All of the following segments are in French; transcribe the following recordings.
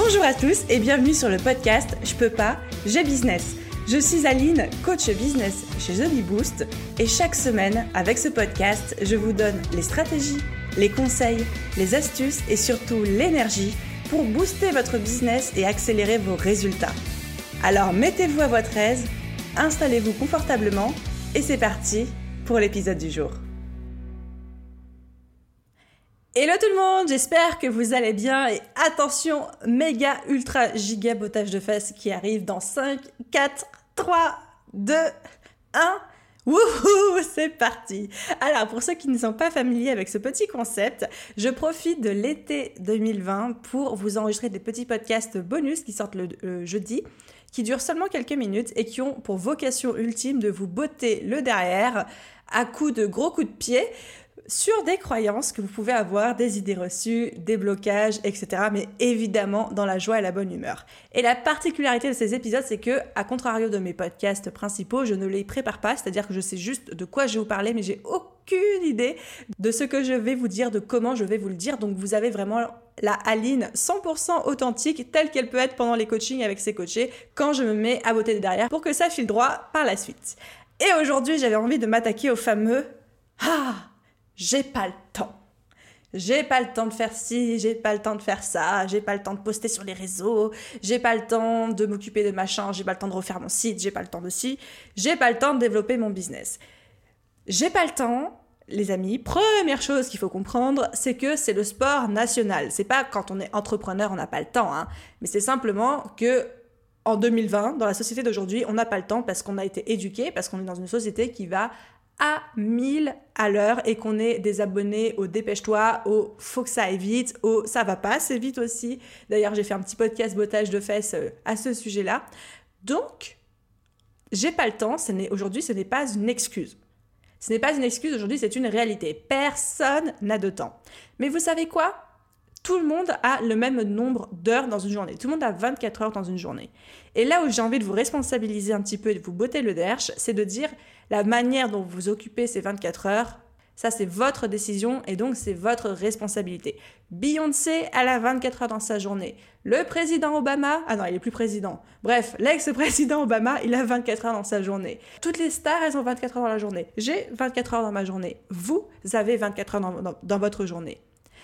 Bonjour à tous et bienvenue sur le podcast Je peux pas, j'ai business. Je suis Aline, coach business chez The Bee Boost et chaque semaine, avec ce podcast, je vous donne les stratégies, les conseils, les astuces et surtout l'énergie pour booster votre business et accélérer vos résultats. Alors mettez-vous à votre aise, installez-vous confortablement et c'est parti pour l'épisode du jour. Hello tout le monde, j'espère que vous allez bien et attention, méga ultra giga bottage de fesses qui arrive dans 5, 4, 3, 2, 1. Wouhou, c'est parti! Alors, pour ceux qui ne sont pas familiers avec ce petit concept, je profite de l'été 2020 pour vous enregistrer des petits podcasts bonus qui sortent le jeudi, qui durent seulement quelques minutes et qui ont pour vocation ultime de vous botter le derrière à coups de gros coups de pied sur des croyances que vous pouvez avoir, des idées reçues, des blocages, etc. Mais évidemment dans la joie et la bonne humeur. Et la particularité de ces épisodes, c'est que, à contrario de mes podcasts principaux, je ne les prépare pas, c'est-à-dire que je sais juste de quoi je vais vous parler, mais j'ai aucune idée de ce que je vais vous dire, de comment je vais vous le dire. Donc vous avez vraiment la Aline 100% authentique, telle qu'elle peut être pendant les coachings avec ses coachés, quand je me mets à botter derrière pour que ça file droit par la suite. Et aujourd'hui, j'avais envie de m'attaquer au fameux j'ai pas le temps. J'ai pas le temps de faire ci, j'ai pas le temps de faire ça, j'ai pas le temps de poster sur les réseaux, j'ai pas le temps de m'occuper de machin, j'ai pas le temps de refaire mon site, j'ai pas le temps de ci, j'ai pas le temps de développer mon business. J'ai pas le temps, les amis. Première chose qu'il faut comprendre, c'est que c'est le sport national. C'est pas quand on est entrepreneur, on n'a pas le temps, mais c'est simplement que en 2020, dans la société d'aujourd'hui, on n'a pas le temps parce qu'on a été éduqué, parce qu'on est dans une société qui va à 1000 à l'heure et qu'on est des abonnés au dépêche-toi, au faut que ça aille vite, au ça va pas assez vite aussi. D'ailleurs, j'ai fait un petit podcast bottage de fesses à ce sujet-là. Donc, j'ai pas le temps, aujourd'hui, ce n'est pas une excuse. Ce n'est pas une excuse, aujourd'hui, c'est une réalité. Personne n'a de temps. Mais vous savez quoi ? Tout le monde a le même nombre d'heures dans une journée. Tout le monde a 24 heures dans une journée. Et là où j'ai envie de vous responsabiliser un petit peu et de vous botter le derche, c'est de dire la manière dont vous occupez ces 24 heures, ça c'est votre décision et donc c'est votre responsabilité. Beyoncé, elle a 24 heures dans sa journée. Le président Obama, non, il est plus président. Bref, l'ex-président Obama, il a 24 heures dans sa journée. Toutes les stars, elles ont 24 heures dans la journée. J'ai 24 heures dans ma journée. Vous avez 24 heures dans votre journée.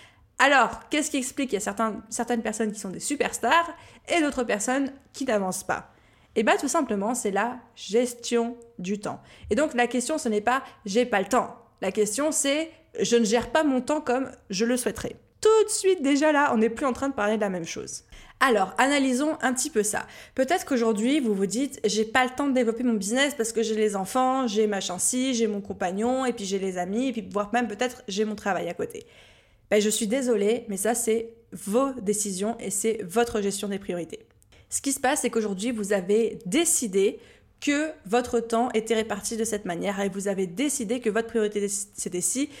Alors, qu'est-ce qui explique qu'il y a certaines personnes qui sont des superstars et d'autres personnes qui n'avancent pas ? Et bien, tout simplement, c'est la gestion du temps. Et donc, la question, ce n'est pas « j'ai pas le temps ». La question, c'est « je ne gère pas mon temps comme je le souhaiterais ». Tout de suite, déjà là, on n'est plus en train de parler de la même chose. Alors, analysons un petit peu ça. Peut-être qu'aujourd'hui, vous vous dites « j'ai pas le temps de développer mon business parce que j'ai les enfants, j'ai machin ci, j'ai mon compagnon, et puis j'ai les amis, et puis voire même peut-être j'ai mon travail à côté ». Ben, je suis désolée, mais ça, c'est vos décisions et c'est votre gestion des priorités. Ce qui se passe, c'est qu'aujourd'hui, vous avez décidé que votre temps était réparti de cette manière et vous avez décidé que votre priorité, c'était ci,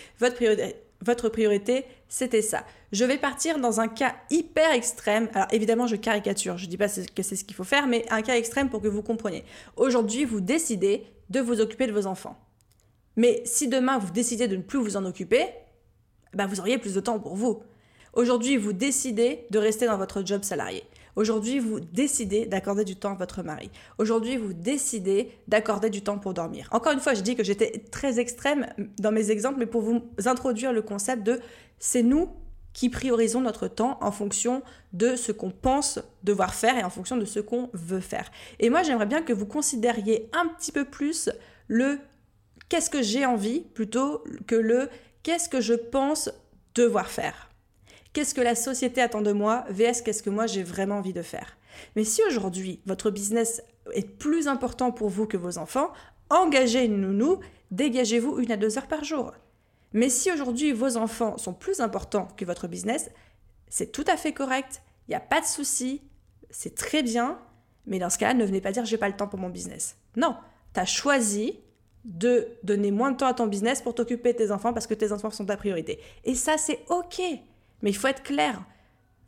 votre priorité, c'était ça. Je vais partir dans un cas hyper extrême. Alors, évidemment, je caricature. Je ne dis pas que c'est ce qu'il faut faire, mais un cas extrême pour que vous compreniez. Aujourd'hui, vous décidez de vous occuper de vos enfants. Mais si demain, vous décidez de ne plus vous en occuper, vous auriez plus de temps pour vous. Aujourd'hui, vous décidez de rester dans votre job salarié. Aujourd'hui, vous décidez d'accorder du temps à votre mari. Aujourd'hui, vous décidez d'accorder du temps pour dormir. Encore une fois, je dis que j'étais très extrême dans mes exemples, mais pour vous introduire le concept de c'est nous qui priorisons notre temps en fonction de ce qu'on pense devoir faire et en fonction de ce qu'on veut faire. Et moi, j'aimerais bien que vous considériez un petit peu plus le qu'est-ce que j'ai envie plutôt que le qu'est-ce que je pense devoir faire ? Qu'est-ce que la société attend de moi vs qu'est-ce que moi j'ai vraiment envie de faire ? Mais si aujourd'hui, votre business est plus important pour vous que vos enfants, engagez une nounou, dégagez-vous 1 à 2 heures par jour. Mais si aujourd'hui, vos enfants sont plus importants que votre business, c'est tout à fait correct, il n'y a pas de souci, c'est très bien, mais dans ce cas-là, ne venez pas dire « j'ai pas le temps pour mon business ». Non, tu as choisi de donner moins de temps à ton business pour t'occuper de tes enfants parce que tes enfants sont ta priorité. Et ça, c'est OK. Mais il faut être clair.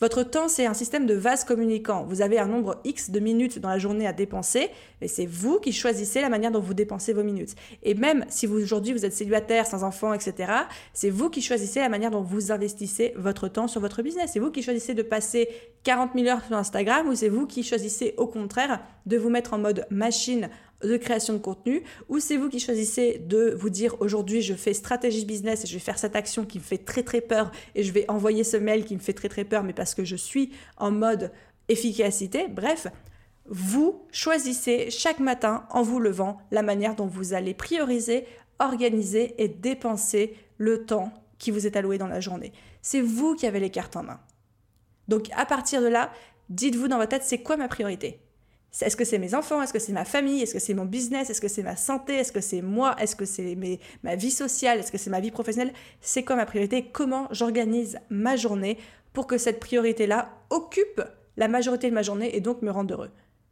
Votre temps, c'est un système de vase communicant. Vous avez un nombre X de minutes dans la journée à dépenser, et c'est vous qui choisissez la manière dont vous dépensez vos minutes. Et même si aujourd'hui vous êtes célibataire, sans enfants, etc., c'est vous qui choisissez la manière dont vous investissez votre temps sur votre business. C'est vous qui choisissez de passer 40 000 heures sur Instagram, ou c'est vous qui choisissez au contraire de vous mettre en mode machine de création de contenu, ou c'est vous qui choisissez de vous dire aujourd'hui je fais stratégie business et je vais faire cette action qui me fait très très peur et je vais envoyer ce mail qui me fait très très peur mais parce que je suis en mode efficacité. Bref, vous choisissez chaque matin en vous levant la manière dont vous allez prioriser, organiser et dépenser le temps qui vous est alloué dans la journée. C'est vous qui avez les cartes en main. Donc à partir de là, dites-vous dans votre tête, c'est quoi ma priorité ? Est-ce que c'est mes enfants? Est-ce que c'est ma famille? Est-ce que c'est mon business? Est-ce que c'est ma santé? Est-ce que c'est moi? Est-ce que c'est ma vie sociale? Est-ce que c'est ma vie professionnelle? C'est quoi ma priorité? Comment j'organise ma journée pour que cette priorité-là occupe la majorité de ma journée et donc me rende heureux?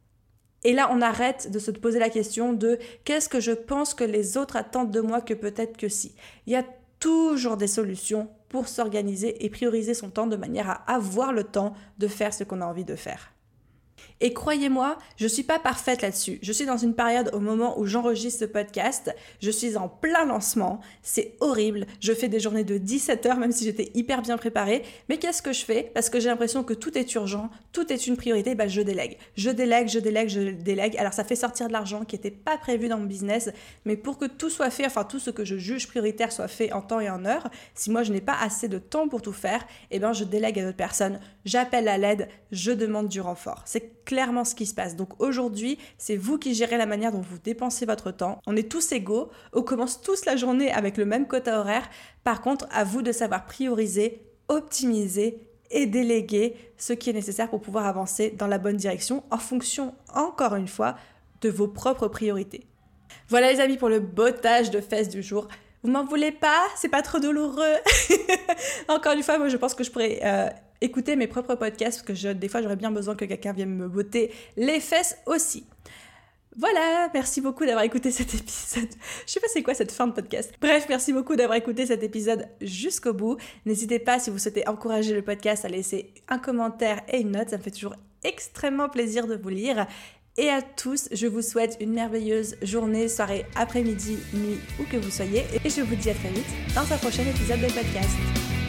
Et là, on arrête de se poser la question de qu'est-ce que je pense que les autres attendent de moi que peut-être que si. Il y a toujours des solutions pour s'organiser et prioriser son temps de manière à avoir le temps de faire ce qu'on a envie de faire. Et croyez-moi, je ne suis pas parfaite là-dessus. Je suis dans une période au moment où j'enregistre ce podcast. Je suis en plein lancement. C'est horrible. Je fais des journées de 17 heures, même si j'étais hyper bien préparée. Mais qu'est-ce que je fais? Parce que j'ai l'impression que tout est urgent, tout est une priorité, je délègue. Je délègue. Alors ça fait sortir de l'argent qui n'était pas prévu dans mon business. Mais pour que tout soit fait, tout ce que je juge prioritaire soit fait en temps et en heure, si moi je n'ai pas assez de temps pour tout faire, je délègue à d'autres personnes. J'appelle à l'aide, je demande du renfort. C'est clairement ce qui se passe. Donc aujourd'hui, c'est vous qui gérez la manière dont vous dépensez votre temps. On est tous égaux, on commence tous la journée avec le même quota horaire. Par contre, à vous de savoir prioriser, optimiser et déléguer ce qui est nécessaire pour pouvoir avancer dans la bonne direction en fonction, encore une fois, de vos propres priorités. Voilà les amis pour le bottage de fesses du jour. Vous m'en voulez pas? C'est pas trop douloureux? Encore une fois, moi je pense que je pourrais écouter mes propres podcasts parce que des fois j'aurais bien besoin que quelqu'un vienne me botter les fesses aussi. Voilà, merci beaucoup d'avoir écouté cet épisode. Je sais pas c'est quoi cette fin de podcast. Bref, merci beaucoup d'avoir écouté cet épisode jusqu'au bout. N'hésitez pas, si vous souhaitez encourager le podcast, à laisser un commentaire et une note. Ça me fait toujours extrêmement plaisir de vous lire. Et à tous, je vous souhaite une merveilleuse journée, soirée, après-midi, nuit, où que vous soyez. Et je vous dis à très vite dans un prochain épisode de podcast.